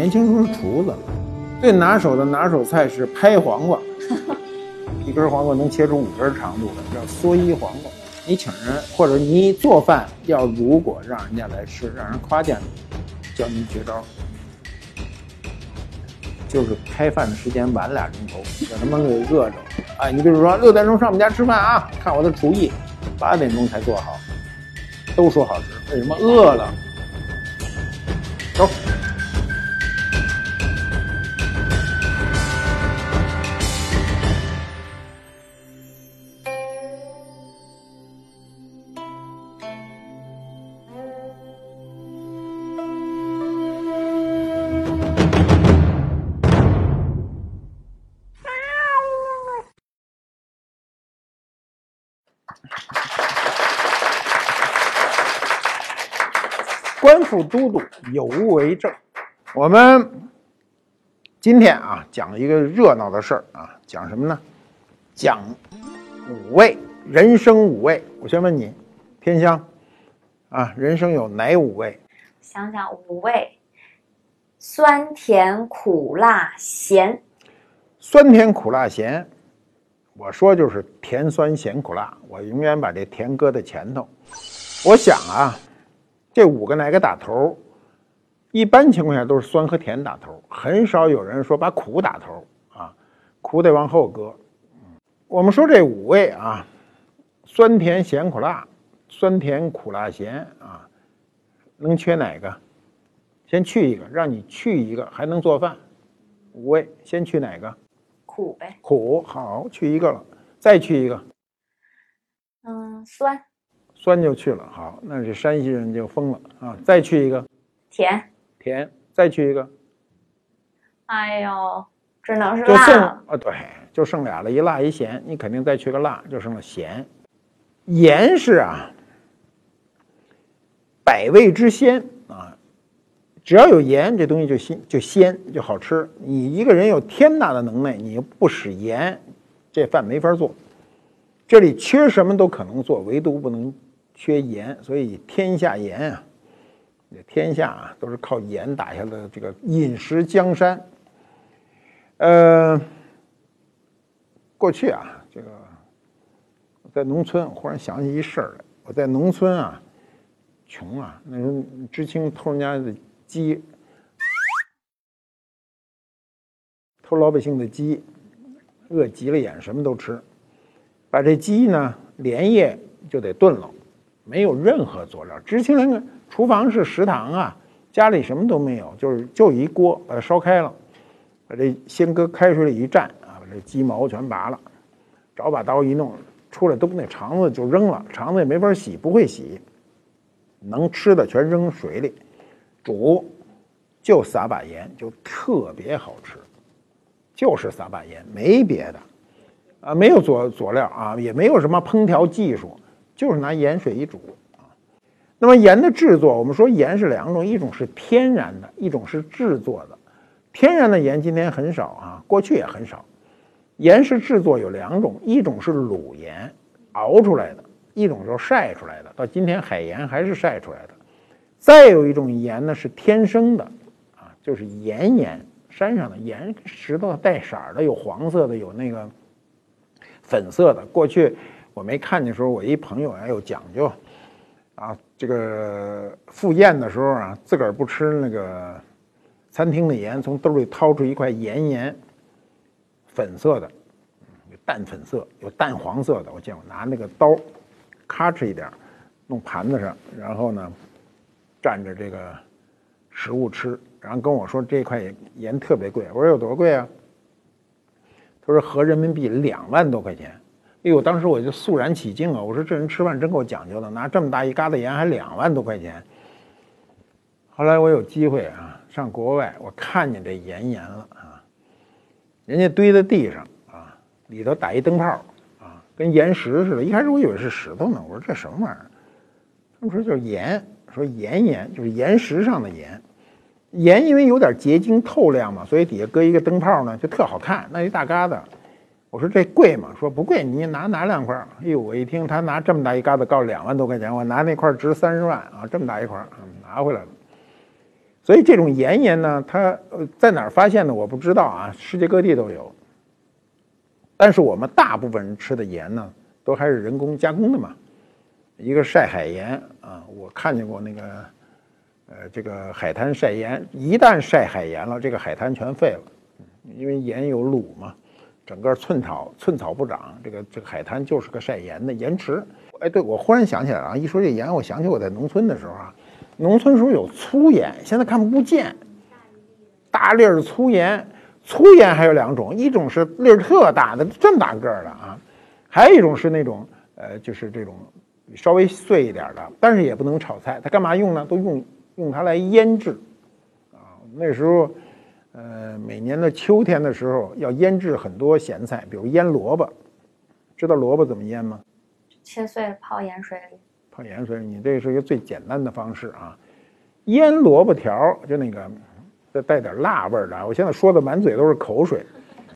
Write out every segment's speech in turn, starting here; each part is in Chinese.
年轻时候是厨子，最拿手的拿手菜是拍黄瓜，一根黄瓜能切出5根长度的，叫蓑衣黄瓜。你请人或者你做饭，如果让人家来吃，让人夸奖你，教你绝招，就是开饭的时间晚2钟头，让他们给饿着。哎，你比如说6点钟上我们家吃饭啊，看我的厨艺，8点钟才做好，都说好吃，为什么？饿了。走。官复都督，有物为证。我们今天啊讲一个热闹的事儿啊，讲什么呢？讲5味，人生5味。我先问你，天香啊，人生有哪5味？ 想想5味：酸甜苦辣咸。 酸甜苦辣咸，我说就是甜酸咸苦辣，我永远把这甜搁在前头。我想啊，这5个哪个打头？一般情况下都是酸和甜打头，很少有人说把苦打头啊，苦得往后搁。我们说这5味啊，酸甜咸苦辣，酸甜苦辣咸啊，能缺哪个？先去一个，让你去一个，还能做饭。5味先去哪个？ 苦呗。 苦，好，去一个了，再去一个。 酸。 酸就去了，好，那这山西人就疯了啊！再去一个。 甜。 甜，再去一个。 哎呦，只能是就剩辣啊，对，就剩俩了，一辣一咸，你肯定再去个辣，就剩了咸。盐是啊，百味之鲜啊，只要有盐，这东西就鲜就好吃。你一个人有天大的能耐，你不使盐，这饭没法做。这里缺什么都可能做，唯独不能缺盐，所以天下盐啊。天下啊，都是靠盐打下的这个饮食江山。过去啊，这个我在农村，忽然想起一事儿来。我在农村啊，穷啊，那时候知青偷人家的鸡，偷老百姓的鸡，饿急了眼，什么都吃。把这鸡呢，连夜就得炖了，没有任何佐料。知青人厨房是食堂啊，家里什么都没有，就一锅，把它烧开了，把这先搁开水里一蘸啊，把这鸡毛全拔了，找把刀一弄出来，都那肠子就扔了，肠子也没法洗，不会洗，能吃的全扔水里煮，就撒把盐，就特别好吃，就是撒把盐，没别的啊，没有佐料啊，也没有什么烹调技术，就是拿盐水一煮。那么盐的制作，我们说盐是2种，一种是天然的，一种是制作的。天然的盐今天很少啊，过去也很少。盐是制作有2种，一种是卤盐，熬出来的；一种就是晒出来的。到今天海盐还是晒出来的。再有一种盐呢是天生的啊，就是岩盐，山上的岩石头带色的，有黄色的，有那个粉色的。过去我没看见的时候，我一朋友还有讲究。啊，这个赴宴的时候啊，自个儿不吃那个餐厅的盐，从兜里掏出一块盐，粉色的，有淡粉色，有淡黄色的。我见过拿那个刀，咔哧一点，弄盘子上，然后呢，蘸着这个食物吃，然后跟我说这块盐特别贵。我说有多贵啊？他说合人民币2万多块钱。哎呦，当时我就肃然起敬啊！我说这人吃饭真够讲究的，拿这么大一疙瘩盐还2万多块钱。后来我有机会啊，上国外，我看见这盐了啊，人家堆在地上啊，里头打一灯泡啊，跟岩石似的。一开始我以为是石头呢，我说这什么玩意儿？他们说就是盐，说盐就是岩石上的盐。盐因为有点结晶透亮嘛，所以底下搁一个灯泡呢，就特好看，那一大疙瘩。我说这贵吗？说不贵，你拿2块。哎呦，我一听他拿这么大一疙瘩，告2万多块钱，我拿那块值30万啊，这么大一块，拿回来了。 所以这种盐腌呢，它在哪儿发现的我不知道啊，世界各地都有。但是我们大部分人吃的盐呢，都还是人工加工的嘛。一个晒海盐啊，我看见过那个，这个海滩晒盐，一旦晒海盐了，这个海滩全废了，因为盐有卤嘛，整个寸草不长，这个海滩就是个晒盐的盐池。哎，对，我忽然想起来了啊，一说这盐，我想起我在农村的时候啊，农村时候有粗盐，现在看不见，大粒儿粗盐。粗盐还有两种，一种是粒儿特大的，这么大个儿的啊，还有一种是那种就是这种稍微碎一点的，但是也不能炒菜。它干嘛用呢？都用它来腌制啊。那时候每年的秋天的时候要腌制很多咸菜，比如腌萝卜。知道萝卜怎么腌吗？ 切碎泡盐水里。 泡盐水里，你这是一个最简单的方式啊。腌萝卜条就那个。再带点辣味的，我现在说的满嘴都是口水，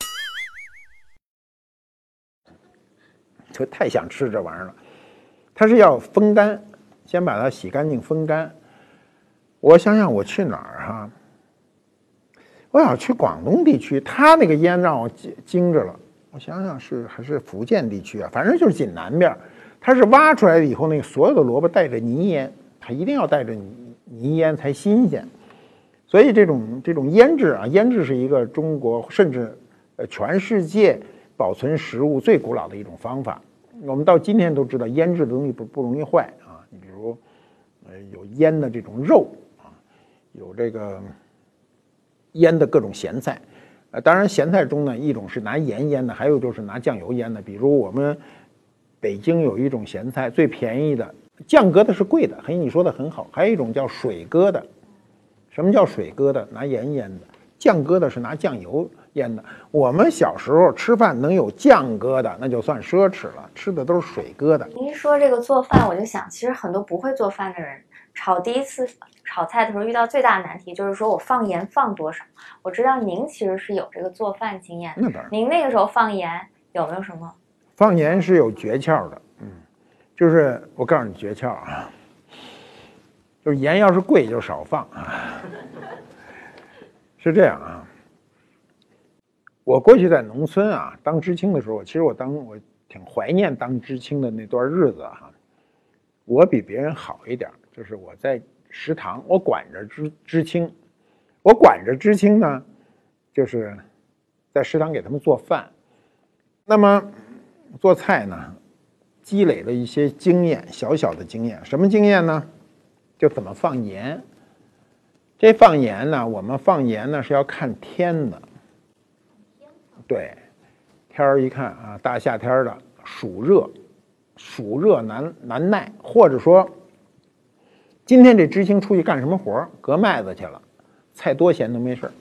就太想吃这玩意儿了。它是要风干，先把它洗干净风干。我想想我去哪儿哈？我想去广东地区，它那个腌让我惊着了。我想想还是福建地区啊，反正就是锦南边，它是挖出来以后，那个所有的萝卜带着泥腌，它一定要带着泥腌才新鲜。所以这种腌制啊，腌制是一个中国甚至全世界保存食物最古老的一种方法。我们到今天都知道，腌制的东西不容易坏啊。你比如有腌的这种肉啊，有这个腌的各种咸菜。当然咸菜中呢，一种是拿盐腌的，还有就是拿酱油腌的。比如我们北京有一种咸菜最便宜的，酱疙瘩是贵的，你说的很好。还有一种叫水疙瘩。什么叫水疙瘩？拿盐腌的。酱疙瘩是拿酱油腌的。我们小时候吃饭能有酱疙瘩，那就算奢侈了，吃的都是水疙瘩。 您一说这个做饭，我就想，其实很多不会做饭的人，第一次炒菜的时候遇到最大的难题就是说我放盐放多少。我知道您其实是有这个做饭经验的， 那当然。 您那个时候放盐有没有什么？ 放盐是有诀窍的，就是我告诉你诀窍啊。就是盐要是贵就少放啊，是这样啊。我过去在农村啊当知青的时候，其实我挺怀念当知青的那段日子哈。我比别人好一点，就是我在食堂，我管着知青，我管着知青呢，就是在食堂给他们做饭。那么做菜呢，积累了一些经验，小小的经验。什么经验呢？就怎么放盐。这放盐呢，我们放盐呢是要看天的。对，天儿一看啊，大夏天的暑热难耐，或者说今天这知青出去干什么活，割麦子去了，菜多咸都没事，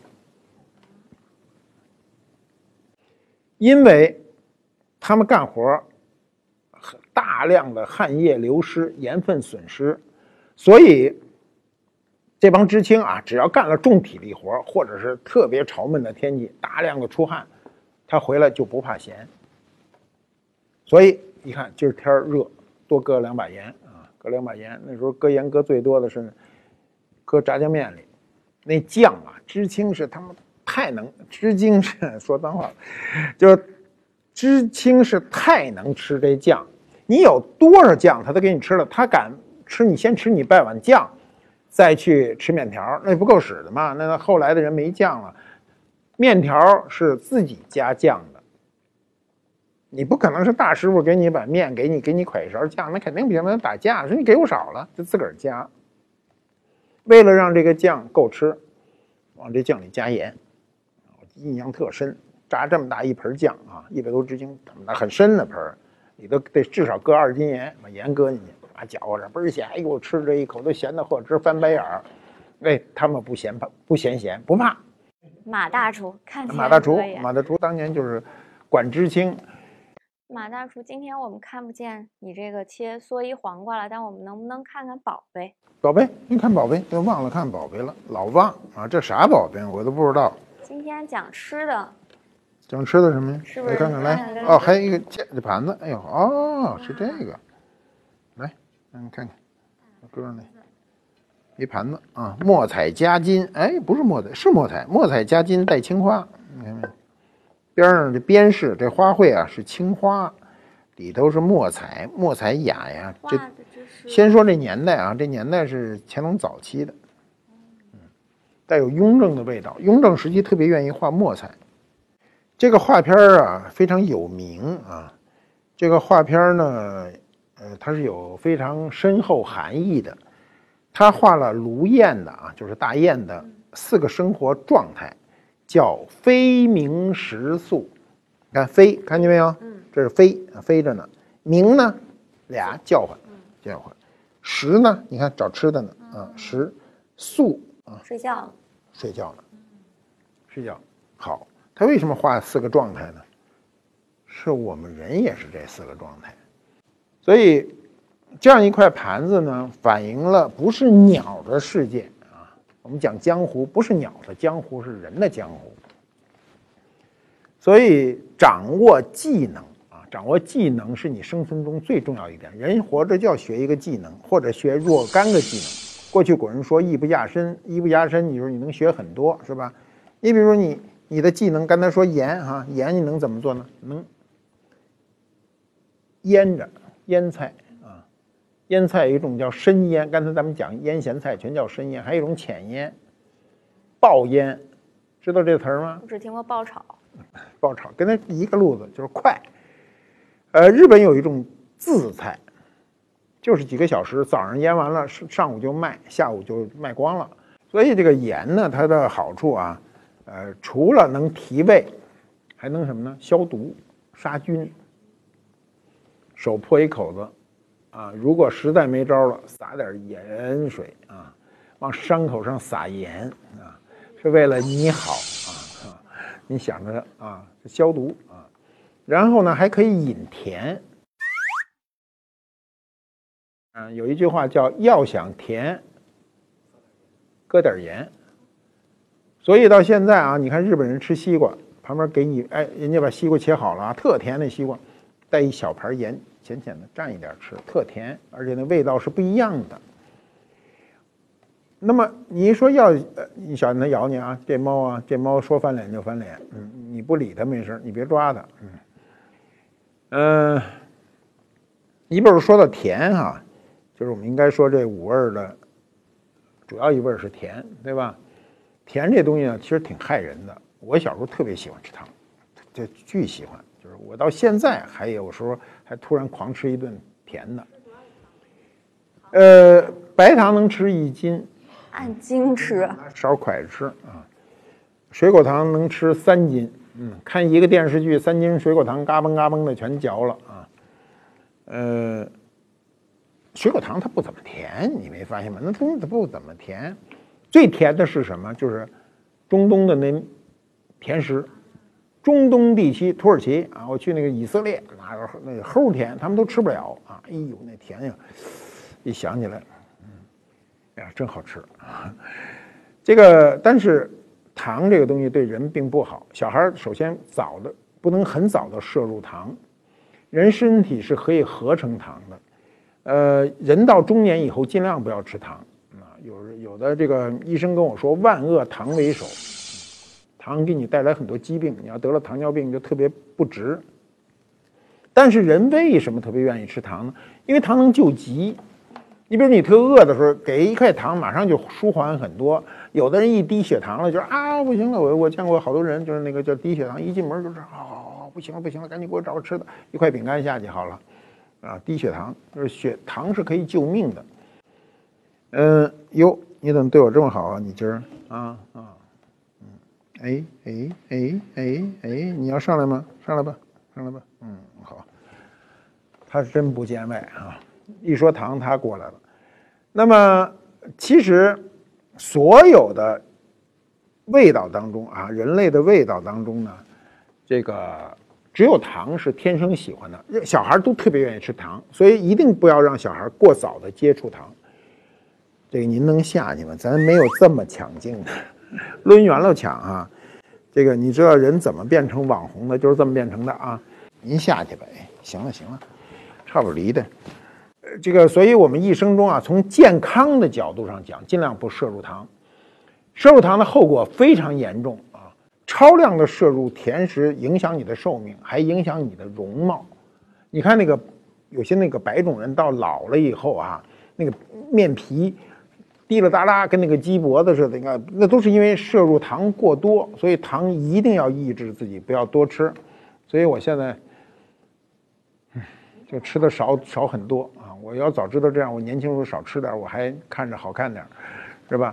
因为他们干活大量的汗液流失，盐分损失。所以，这帮知青啊，只要干了重体力活，或者是特别潮闷的天气，大量的出汗，他回来就不怕咸。所以一看今儿天热，多搁2把盐啊，搁2把盐。那时候搁盐搁最多的是搁炸酱面里，那酱啊，知青是他们太能，知青是说脏话，就知青是太能吃这酱。你有多少酱，他都给你吃了，他敢。你先吃你半碗酱，再去吃面条，那不够使的嘛？那后来的人没酱了，面条是自己加酱的，你不可能是大师傅给你一碗面，给你㧟一勺酱，那肯定比他们打架，说你给我少了，就自个儿加。为了让这个酱够吃，往这酱里加盐，印象特深。炸这么大一盆酱啊，100多只斤，那很深的盆，里头得至少搁2斤盐，把盐搁进去。搅和着倍儿咸，哎呦，吃这一口都咸的或直翻白眼儿。哎，他们不嫌咸，不怕。 马大厨看起来马大厨当年就是管知青。 马大厨，今天我们看不见你这个切蓑衣黄瓜了，但我们能不能看看宝贝？ 宝贝，你看宝贝，又忘了看宝贝了，老忘啊！这啥宝贝我都不知道。 今天讲吃的。 讲吃的什么呀？ 是不是？ 来看看来。哦，还有一个这盘子，哎呦，哦，是这个。来，你看看，我搁上来。 一盘子啊，墨彩夹金，哎，不是墨彩，是墨彩，墨彩夹金带青花，你看没？边上这边饰这花卉啊是青花，里头是墨彩，墨彩雅呀。这先说这年代啊，这年代是乾隆早期的，带有雍正的味道。雍正时期特别愿意画墨彩。这个画片啊非常有名啊，这个画片呢，它是有非常深厚含义的。他画了卢燕的啊，就是大雁的4个生活状态，叫飞鸣食宿。看飞，看见没有？这是飞，飞着呢。鸣呢，俩叫唤，叫唤。食呢，你看找吃的呢啊。食，宿啊， 睡觉呢， 睡觉呢，睡觉。好，他为什么画4个状态呢？是我们人也是这4个状态，所以。这样一块盘子呢，反映了不是鸟的世界啊。我们讲江湖，不是鸟的江湖，是人的江湖。所以掌握技能啊，掌握技能是你生存中最重要一点。人活着就要学一个技能，或者学若干个技能。过去古人说艺不压身，艺不压身，你说你能学很多，是吧？你比如说你的技能，刚才说盐哈，盐你能怎么做呢？能腌着腌菜。腌菜有一种叫深腌，刚才咱们讲腌咸菜全叫深腌，还有一种浅腌、爆腌，知道这个词儿吗？ 我只听过爆炒。 爆炒跟它一个路子，就是快。日本有一种渍菜，就是几个小时，早上腌完了，上午就卖，下午就卖光了。所以这个盐呢，它的好处啊，除了能提味，还能什么呢？消毒、杀菌。手破一口子。啊，如果实在没招了，撒点盐水啊，往伤口上撒盐啊，是为了你好啊。你想着啊，消毒啊，然后呢还可以引甜。有一句话叫要想甜，搁点盐。所以到现在啊，你看日本人吃西瓜，旁边给你哎，人家把西瓜切好了啊，特甜的西瓜，带一小盘盐。浅浅的蘸一点吃，特甜，而且那味道是不一样的。那么你一说要，你小心它咬你啊！这猫啊，这猫说翻脸就翻脸，你不理它没事，你别抓它，一会儿说到甜哈，就是我们应该说这5味的主要一味是甜，对吧？甜这东西呢，其实挺害人的。我小时候特别喜欢吃糖，就巨喜欢。就是我到现在还有时候还突然狂吃一顿甜的，白糖能吃1斤， 按斤吃， 少蒯吃啊。水果糖能吃3斤，看一个电视剧3斤水果糖嘎嘣嘎嘣的全嚼了啊。水果糖它不怎么甜，你没发现吗？那东西它不怎么甜，最甜的是什么？就是中东的那甜食。中东地区，土耳其啊，我去那个以色列，那个齁甜，他们都吃不了啊！哎呦，那甜呀，一想起来，哎呀，真好吃啊！这个，但是糖这个东西对人并不好。小孩首先不能很早的摄入糖，人身体是可以合成糖的。人到中年以后尽量不要吃糖啊。有的这个医生跟我说，万恶糖为首。糖给你带来很多疾病，你要得了糖尿病就特别不值。但是人为什么特别愿意吃糖呢？因为糖能救急。你比如你特饿的时候，给一块糖，马上就舒缓很多。有的人一低血糖了，就是啊不行了，我见过好多人，就是那个叫低血糖，一进门就是不行了不行了，赶紧给我找个吃的，一块饼干下去好了，啊低血糖，就是糖是可以救命的。哟，你怎么对我这么好啊？你今儿你要上来吗？上来吧，上来吧。好。他是真不见外啊！一说糖，他过来了。那么，其实所有的味道当中啊，人类的味道当中呢，这个只有糖是天生喜欢的。小孩都特别愿意吃糖，所以一定不要让小孩过早的接触糖。这个您能下去吗？咱没有这么抢镜的。抡圆了抢啊！这个你知道人怎么变成网红的，就是这么变成的啊！您下去吧，哎，行了行了，差不离的。 所以我们一生中啊，从健康的角度上讲，尽量不摄入糖。摄入糖的后果非常严重啊！超量的摄入甜食影响你的寿命，还影响你的容貌。你看有些那个白种人到老了以后啊，那个面皮滴了哒啦，跟那个鸡脖子似的，你看那都是因为摄入糖过多，所以糖一定要抑制自己，不要多吃。所以我现在就吃的少很多啊！我要早知道这样，我年轻时候少吃点，我还看着好看点，是吧？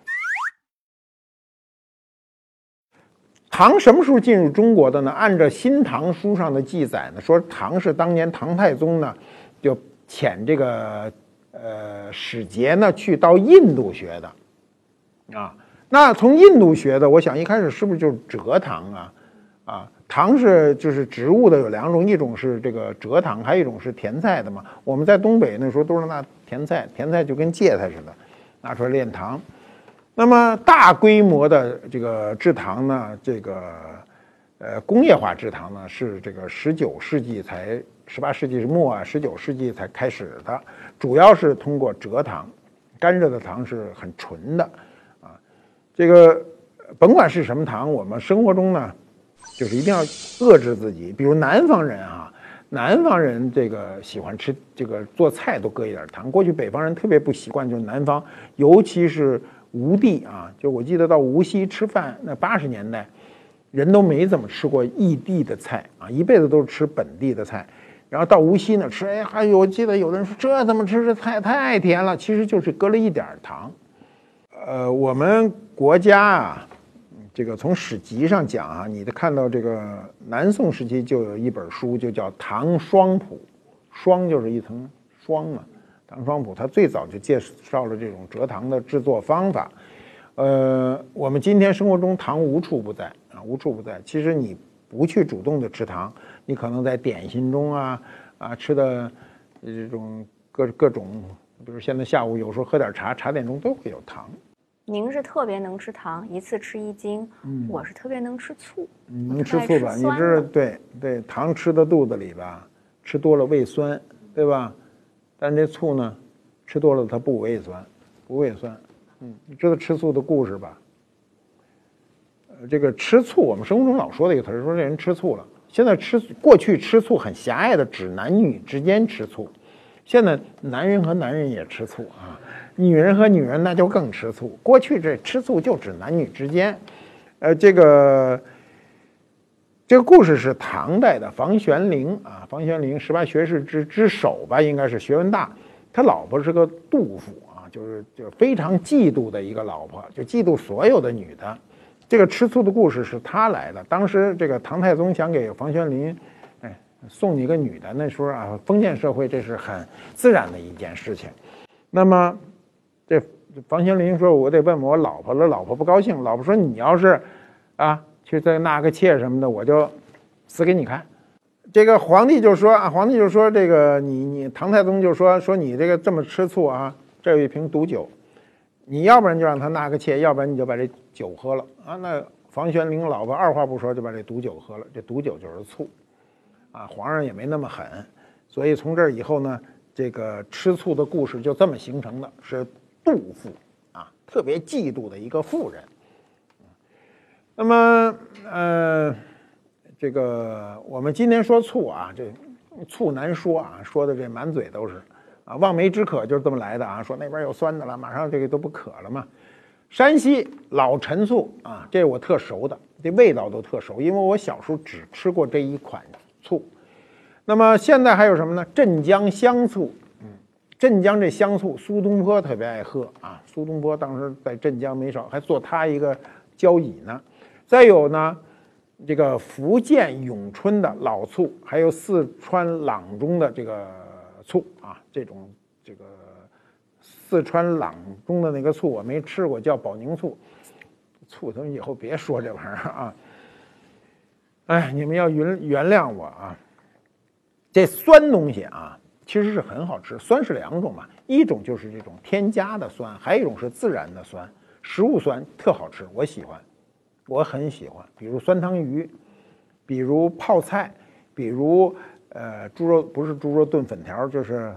糖什么时候进入中国的呢？按照《新唐书》上的记载呢，说糖是当年唐太宗呢，就遣这个使节呢去到印度学的，啊，那从印度学的，我想一开始是不是就是蔗糖啊？糖就是植物的有两种，一种是这个蔗糖，还有一种是甜菜的嘛。我们在东北那时候都是拿甜菜就跟芥菜似的，拿出来炼糖。那么大规模的这个制糖呢，这个工业化制糖呢，是这个19世纪18世纪末啊，19世纪才开始的，主要是通过蔗糖，甘蔗的糖是很纯的啊。这个甭管是什么糖，我们生活中呢，就是一定要遏制自己。比如南方人这个喜欢吃这个做菜都搁一点糖，过去北方人特别不习惯，就是南方，尤其是吴地啊，就我记得到无锡吃饭，那80年代人都没怎么吃过异地的菜啊，一辈子都是吃本地的菜。然后到无锡呢吃，还有我记得有的人说这怎么吃，这菜太甜了，其实就是搁了一点糖。我们国家啊，这个从史籍上讲啊，你看到这个南宋时期就有一本书，就叫《糖霜谱》，霜就是一层霜嘛。糖霜谱它最早就介绍了这种蔗糖的制作方法。我们今天生活中糖无处不在啊，无处不在。其实你不去主动的吃糖，你可能在点心中吃的这种各种，比如现在下午有时候喝点茶点中都会有糖。 您是特别能吃糖，一次吃1斤。我是特别能吃醋。 能吃醋吧？你这对糖吃到肚子里吧，吃多了胃酸，对吧？但这醋呢，吃多了它不胃酸。你知道吃醋的故事吧？这个吃醋，我们生活中老说的一个词儿，说这人吃醋了。现在过去吃醋很狭隘的，指男女之间吃醋，现在男人和男人也吃醋啊，女人和女人那就更吃醋。过去这吃醋就指男女之间。这个故事是唐代的房玄龄啊，房玄龄18学士之首吧，应该是学问大。他老婆是个杜甫啊，就是非常嫉妒的一个老婆，就嫉妒所有的女的。这个吃醋的故事是他来的。当时这个唐太宗想给房玄龄，送你个女的，那时候啊，封建社会这是很自然的一件事情。那么这房玄龄说：“我得问我老婆了。”老婆不高兴，老婆说：“你要是去再纳个妾什么的，我就死给你看。”这个皇帝就说这个你唐太宗就说你这个这么吃醋啊，这有一瓶毒酒，你要不然就让他纳个妾，要不然你就把这酒喝了啊。那房玄龄老婆二话不说就把这毒酒喝了，这毒酒就是醋啊。皇上也没那么狠，所以从这儿以后呢，这个吃醋的故事就这么形成的，是杜甫啊特别嫉妒的一个妇人。那么这个我们今天说醋啊，这醋难说啊，说的这满嘴都是啊，望梅止渴就是这么来的啊。说那边有酸的了，马上这个都不渴了嘛。山西老陈醋啊，这我特熟的，这味道都特熟，因为我小时候只吃过这一款醋。那么现在还有什么呢？镇江香醋，镇江这香醋，苏东坡特别爱喝啊。苏东坡当时在镇江没少，还做他一个交椅呢。再有呢，这个福建永春的老醋，还有四川阆中的这个醋啊，这种这个四川阆中的那个醋我没吃过，叫保宁醋。醋咱们以后别说这玩意儿啊！哎，你们要原谅我啊！这酸东西啊，其实是很好吃。酸是两种嘛，一种就是这种添加的酸，还有一种是自然的酸。食物酸特好吃，我喜欢。我很喜欢，比如酸汤鱼，比如泡菜，比如猪肉，不是猪肉炖粉条，就是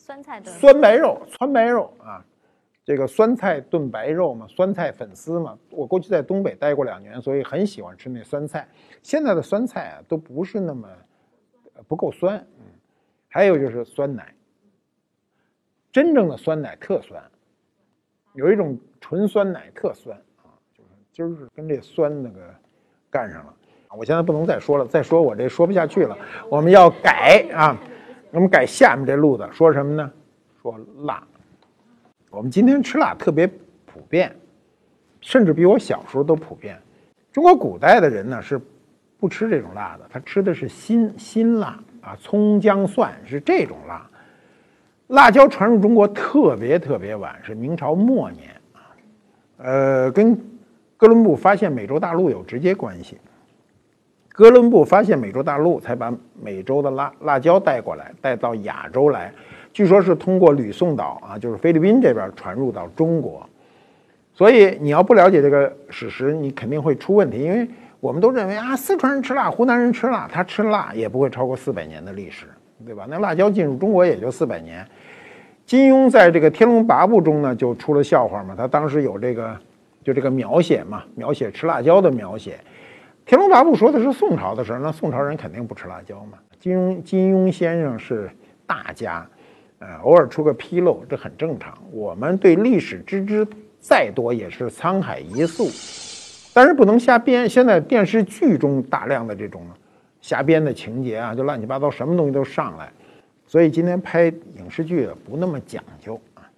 酸菜炖酸白肉，川白肉啊，这个酸菜炖白肉嘛，酸菜粉丝嘛。我过去在东北待过2年，所以很喜欢吃那酸菜。现在的酸菜啊，都不是那么不够酸。还有就是酸奶，真正的酸奶特酸，有一种纯酸奶特酸啊，就是跟这酸那个干上了。我现在不能再说了，再说我这说不下去了。我们要改啊，我们改下面这路子，说什么呢？说辣。我们今天吃辣特别普遍，甚至比我小时候都普遍。中国古代的人呢是不吃这种辣的，他吃的是辛辣啊，葱姜蒜是这种辣。辣椒传入中国特别晚，是明朝末年啊，跟哥伦布发现美洲大陆有直接关系。哥伦布发现美洲大陆，才把美洲的辣椒带过来，带到亚洲来。据说是通过吕宋岛啊，就是菲律宾这边传入到中国。所以你要不了解这个史实，你肯定会出问题。因为我们都认为啊，四川人吃辣，湖南人吃辣，他吃辣也不会超过400年的历史，对吧？那辣椒进入中国也就400年。金庸在这个《天龙八部》中呢，就出了笑话嘛。他当时有这个描写嘛，描写吃辣椒的描写。《天龙八部》说的是宋朝的事，那宋朝人肯定不吃辣椒嘛。金庸先生是大家，偶尔出个纰漏，这很正常。我们对历史知再多也是沧海一粟，但是不能瞎编。现在电视剧中大量的这种瞎编的情节啊，就乱七八糟，什么东西都上来。所以今天拍影视剧不那么讲究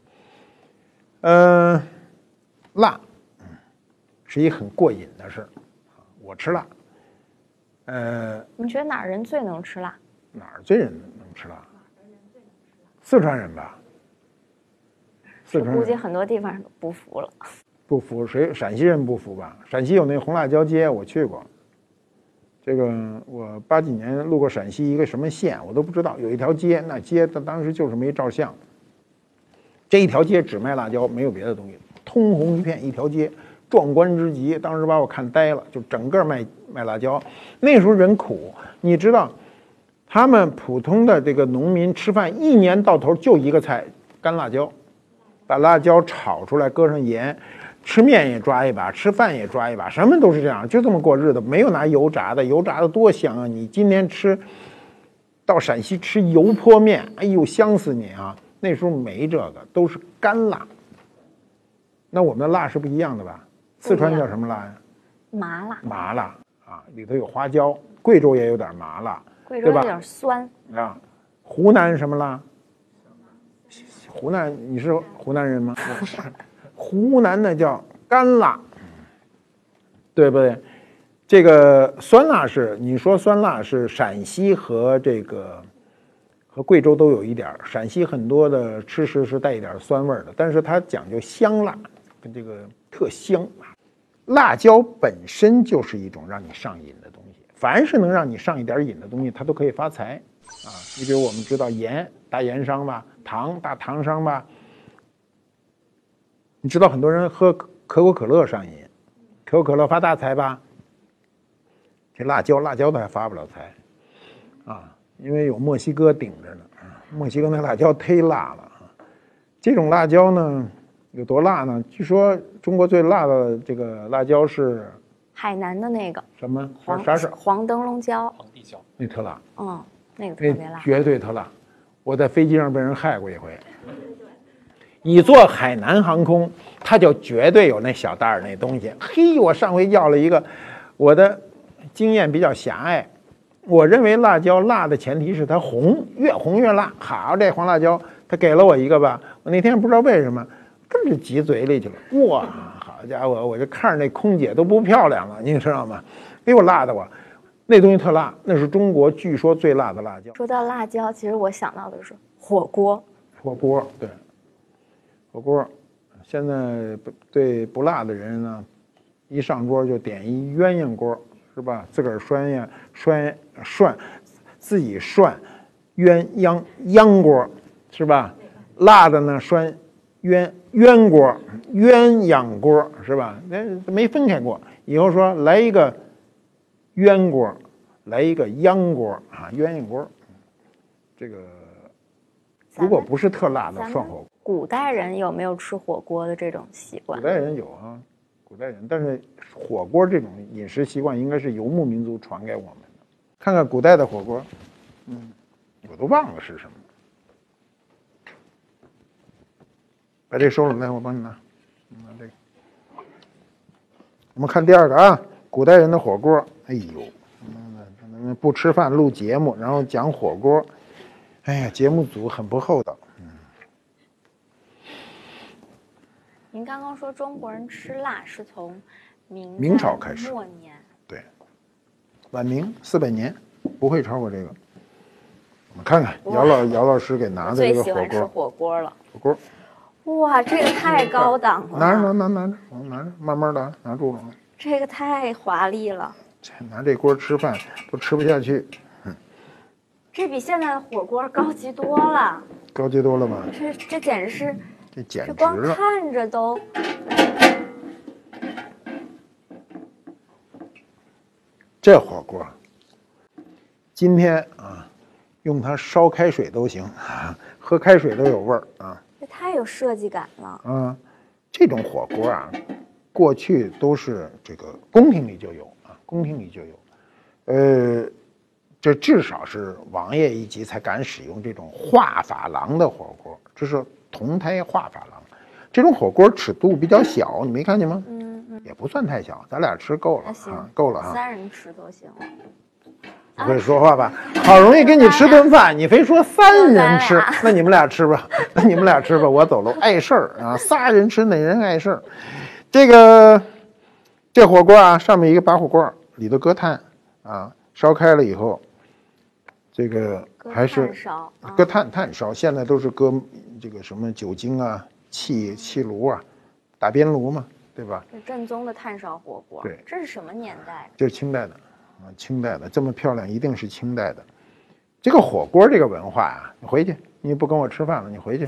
啊。辣，是一很过瘾的事。我吃辣， 你觉得哪儿人最能吃辣？ 哪儿最人能吃辣？四川人吧。四川人估计很多地方不服了。 不服谁？陕西人不服吧？陕西有那红辣椒街，我去过。这个我80几年路过陕西一个什么县，我都不知道。有一条街，那街它当时就是没照相。这一条街只卖辣椒，没有别的东西，通红一片，一条街。壮观之极，当时把我看呆了。就整个卖辣椒，那时候人苦，你知道，他们普通的这个农民吃饭1年到头就一个菜，干辣椒，把辣椒炒出来，搁上盐，吃面也抓一把，吃饭也抓一把，什么都是这样，就这么过日子，没有拿油炸的，油炸的多香啊！你今天到陕西吃油泼面，哎呦，香死你啊！那时候没这个，都是干辣。那我们的辣是不一样的吧？四川叫什么辣呀？ 麻辣。 麻辣啊，里头有花椒。贵州也有点麻辣， 贵州有点酸啊。湖南什么辣？湖南，你是湖南人吗？ 不是， 湖南的叫干辣，对不对？这个酸辣是你说酸辣是陕西和贵州都有一点，陕西很多的吃食是带一点酸味的，但是它讲究香辣，跟这个特香。辣椒本身就是一种让你上瘾的东西，凡是能让你上一点瘾的东西，它都可以发财啊。你比如我们知道盐，大盐商吧，糖，大糖商吧。你知道很多人喝可口可乐上瘾，可口可乐发大财吧？这辣椒的还发不了财啊，因为有墨西哥顶着呢。墨西哥那辣椒忒辣了啊。这种辣椒呢？有多辣呢？据说中国最辣的这个辣椒是海南的那个什么？啥是黄灯笼椒？ 黄地椒， 那特辣。 那个特别辣， 绝对特辣。我在飞机上被人害过一回。你坐海南航空，它就绝对有那小袋儿那东西。嘿，我上回要了一个，我的经验比较狭隘，我认为辣椒辣的前提是它红，越红越辣。好，这黄辣椒，他给了我一个吧，我那天不知道为什么。根本挤嘴里去了，哇，好家伙，我就看着那空姐都不漂亮了，你知道吗？给我辣的我，那东西特辣，那是中国据说最辣的辣椒。 说到辣椒，其实我想到的是火锅。 对，火锅。现在对不辣的人呢，一上桌就点一鸳鸯锅，是吧？自个儿涮，自己涮鸳锅，是吧？辣的呢涮鸳锅、鸳鸯锅，是吧？那没分开过。以后说来一个鸳锅，来一个鸯锅啊，鸳鸯锅。这个如果不是特辣的涮火锅。 古代人有没有吃火锅的这种习惯？ 古代人有啊，古代人，但是火锅这种饮食习惯应该是游牧民族传给我们的。看看古代的火锅，我都忘了是什么。把这收了，来，我帮你拿。拿这个。我们看第二个啊，古代人的火锅。哎呦，不吃饭录节目，然后讲火锅，哎呀，节目组很不厚道。 您刚刚说中国人吃辣是从明朝开始， 末年， 对，晚明400年，不会超过这个。我们看看姚老师给拿的这个火锅， 最喜欢吃火锅了。 火锅。 哇，这个太高档了！ 拿着，慢慢的拿住了。 这个太华丽了。 拿这锅吃饭都吃不下去。 这比现在的火锅高级多了。 高级多了吧？ 这简直是， 这光看着都。 这火锅，今天啊，用它烧开水都行，喝开水都有味儿啊。 这太有设计感了啊！这种火锅啊，过去都是这个宫廷里就有啊，宫廷里就有。这至少是王爷一级才敢使用这种画珐琅的火锅，这是铜胎画珐琅。这种火锅尺度比较小，你没看见吗？也不算太小，咱俩吃够了啊，够了啊 ，3人吃都行了。 不会说话吧？好容易跟你吃顿饭，你非说3人吃，那你们俩吃吧，我走喽，碍事儿啊！3人吃哪人碍事儿？这火锅啊，上面一个拔火罐，里头搁炭啊，烧开了以后，这个还是搁炭烧，现在都是搁这个什么酒精啊、气炉啊、打边炉嘛，对吧？ 这正宗的炭烧火锅。 对， 这是什么年代？ 这是清代的。清代的这么漂亮，一定是清代的。这个火锅这个文化啊，你回去，你不跟我吃饭了，你回去。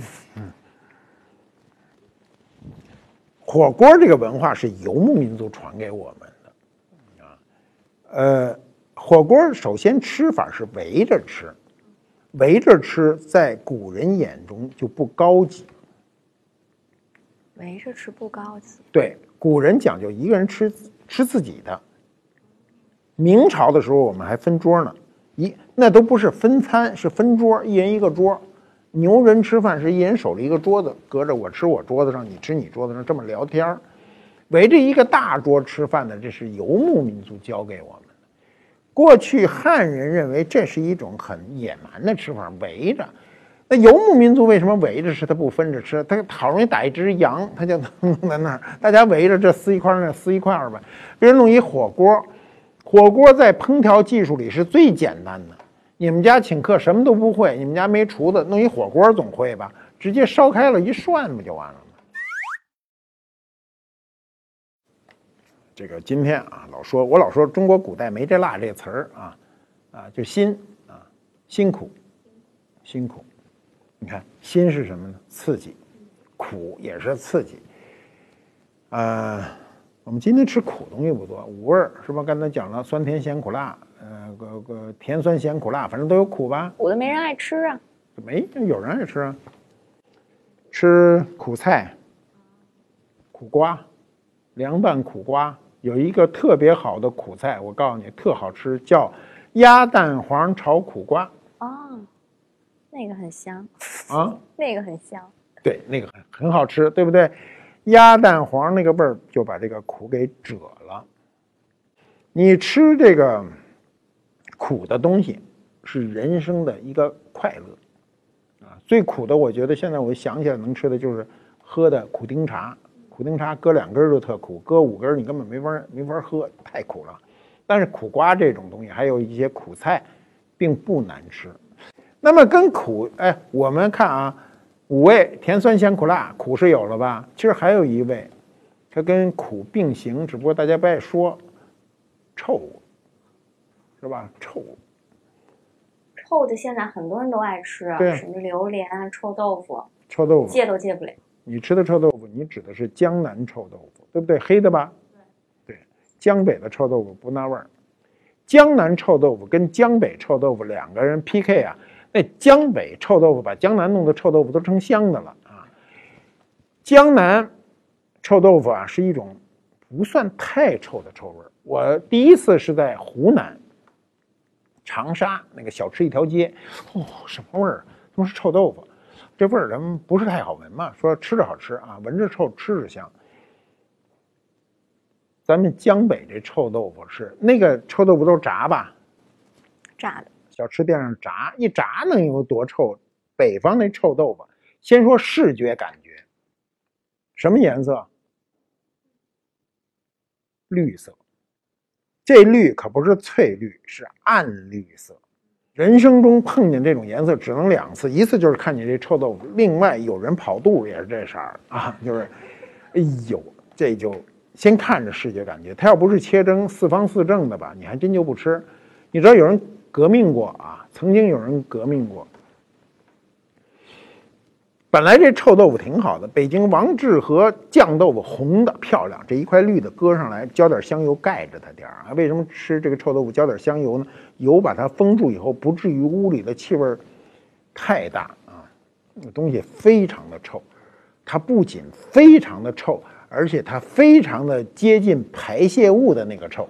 火锅这个文化是游牧民族传给我们的。火锅首先吃法是围着吃，围着吃在古人眼中就不高级。 围着吃不高级。 对，古人讲究一个人吃自己的。明朝的时候我们还分桌呢，那都不是分餐，是分桌，一人一个桌。牛人吃饭是一人守着一个桌子，隔着我吃我桌子上，你吃你桌子上，这么聊天。围着一个大桌吃饭的，这是游牧民族教给我们的。过去汉人认为这是一种很野蛮的吃法，围着。那游牧民族为什么围着吃？他不分着吃，他好容易打一只羊，他就弄在那儿，大家围着这撕一块那撕一块吧。比如弄一火锅。火锅在烹调技术里是最简单的。你们家请客什么都不会，你们家没厨子，弄一火锅总会吧？直接烧开了一涮不就完了吗？这个今天啊，我老说中国古代没这辣这词儿就辛苦。你看辛是什么呢？刺激，苦也是刺激。我们今天吃苦东西不多，五味是吧？刚才讲了酸甜咸苦辣，甜酸咸苦辣，反正都有苦吧？ 苦的没人爱吃啊。 有人爱吃啊。吃苦菜、苦瓜、凉拌苦瓜，有一个特别好的苦菜，我告诉你特好吃，叫鸭蛋黄炒苦瓜。 那个很香啊， 那个很香。 对，那个很好吃，对不对？鸭蛋黄那个味儿就把这个苦给遮了。你吃这个苦的东西是人生的一个快乐最苦的我觉得现在我想起来能吃的就是喝的苦丁茶。苦丁茶搁2根就特苦，搁5根你根本没法喝，太苦了。但是苦瓜这种东西还有一些苦菜并不难吃。那么跟苦我们看5味甜酸咸苦辣，苦是有了吧？其实还有一味，它跟苦并行，只不过大家不爱说，臭，是吧？ 臭的现在很多人都爱吃对什么榴莲臭豆腐， 臭豆腐戒都戒不了。 你吃的臭豆腐，你指的是江南臭豆腐，对不对？黑的吧？对，江北的臭豆腐不那味儿。江南臭豆腐跟江北臭豆腐2个人 PK 那江北臭豆腐把江南弄的臭豆腐都成香的了啊。江南臭豆腐啊是一种不算太臭的臭味。我第一次是在湖南长沙那个小吃一条街，什么味儿？他妈是臭豆腐，这味儿咱们不是太好闻嘛，说吃着好吃啊，闻着臭，吃着香。咱们江北这臭豆腐是那个臭豆腐都炸吧？ 炸的。 小吃店上炸，一炸能有多臭？北方那臭豆腐，先说视觉感觉，什么颜色？绿色。这绿可不是翠绿，是暗绿色。人生中碰见这种颜色只能2次，一次就是看见这臭豆腐，另外有人跑肚也是这色儿啊，就是，哎呦，这就先看着视觉感觉。它要不是切成4方4正的吧，你还真就不吃。你知道有人革命过啊，曾经有人革命过。本来这臭豆腐挺好的，北京王致和酱豆腐红的漂亮，这一块绿的搁上来，浇点香油盖着它点儿啊。为什么吃这个臭豆腐浇点香油呢？油把它封住以后，不至于屋里的气味太大啊。那个东西非常的臭，它不仅非常的臭，而且它非常的接近排泄物的那个臭。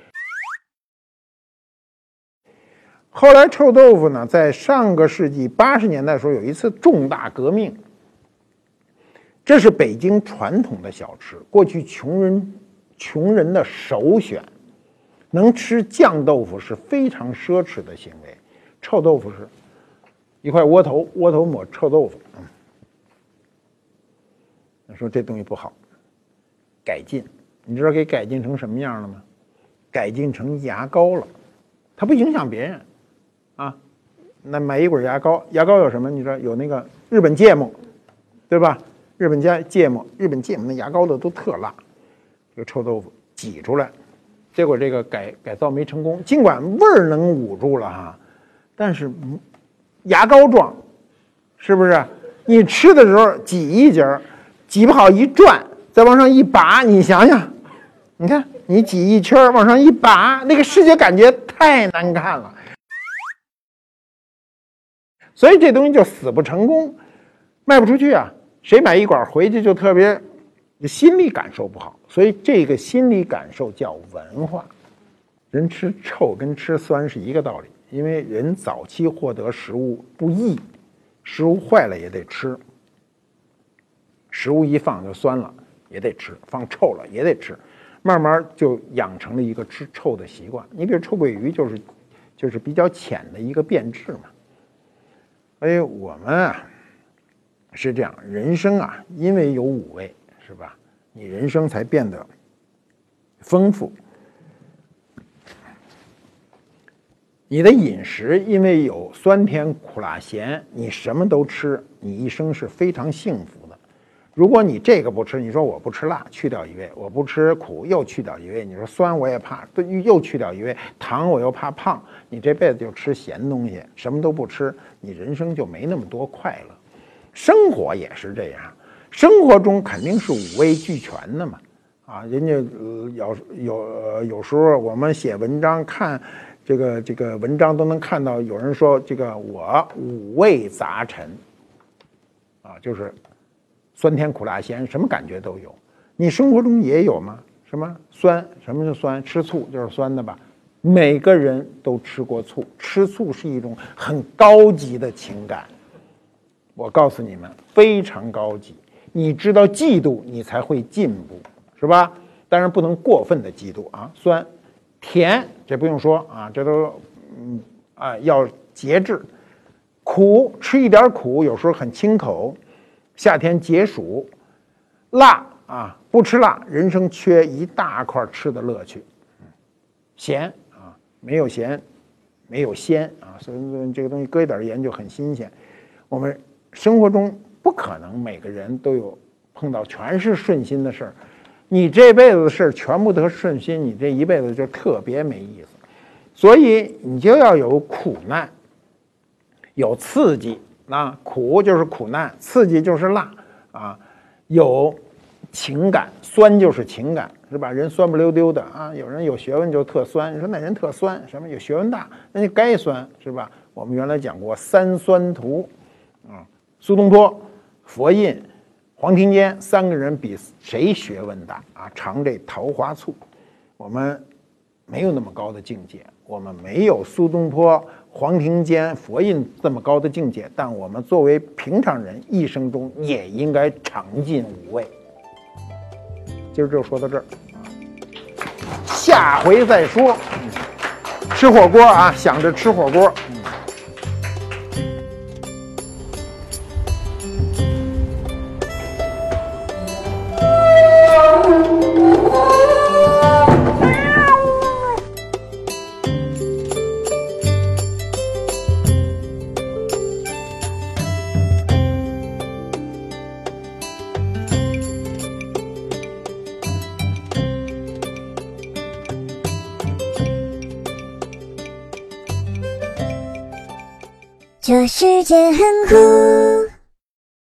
后来臭豆腐呢，在上个世纪80年代的时候有一次重大革命。这是北京传统的小吃，过去穷人的首选。能吃酱豆腐是非常奢侈的行为，臭豆腐是一块窝头抹臭豆腐。说这东西不好，改进。你知道给改进成什么样了吗？改进成牙膏了，它不影响别人。啊，那买一管牙膏，牙膏有什么？你知道有那个日本芥末，对吧？日本芥末那牙膏的都特辣，这个臭豆腐挤出来，结果这个改造没成功，尽管味儿能捂住了哈，但是牙膏状，是不是？你吃的时候挤一节，挤不好一转，再往上一拔，你想想，你看你挤一圈往上一拔，那个视觉感觉太难看了。所以这东西就死不成功，卖不出去啊！谁买一管回去就特别心理感受不好，所以这个心理感受叫文化。人吃臭跟吃酸是一个道理，因为人早期获得食物不易，食物坏了也得吃，食物一放就酸了也得吃，放臭了也得吃，慢慢就养成了一个吃臭的习惯。你比如臭鳜鱼就是比较浅的一个变质嘛。所以我们啊是这样，人生啊，因为有5味，是吧？你人生才变得丰富。你的饮食因为有酸甜苦辣咸，你什么都吃，你一生是非常幸福的。如果你这个不吃，你说我不吃辣，去掉1味；我不吃苦，又去掉1味；你说酸我也怕，又去掉1味；糖我又怕胖，你这辈子就吃咸东西，什么都不吃，你人生就没那么多快乐。生活也是这样，生活中肯定是5味俱全的嘛。啊，人家有时候我们写文章看这个文章都能看到有人说这个我5味杂陈，啊，就是酸甜苦辣咸，什么感觉都有。你生活中也有吗？什么酸？什么是酸？吃醋就是酸的吧？每个人都吃过醋，吃醋是一种很高级的情感。我告诉你们，非常高级。你知道嫉妒，你才会进步，是吧？当然不能过分的嫉妒啊。酸、甜这不用说啊，这都要节制。苦，吃一点苦，有时候很清口。夏天解暑，辣啊，不吃辣，人生缺一大块吃的乐趣。咸啊，没有咸，没有鲜啊，所以这个东西搁一点盐就很新鲜。我们生活中不可能每个人都有碰到全是顺心的事儿，你这辈子的事儿全部得顺心，你这一辈子就特别没意思。所以你就要有苦难，有刺激。那苦就是苦难，刺激就是辣啊，有情感，酸就是情感，是吧？人酸不溜丢的啊，有人有学问就特酸，你说那人特酸，什么有学问大，那就该酸，是吧？ 我们原来讲过三酸图啊，苏东坡、佛印、黄庭坚3个人比谁学问大啊，尝这桃花醋。我们没有那么高的境界，我们没有苏东坡、黄庭坚、佛印这么高的境界，但我们作为平常人，一生中也应该尝尽五味。今儿就说到这儿，下回再说。吃火锅啊，想着吃火锅。 这世界很酷。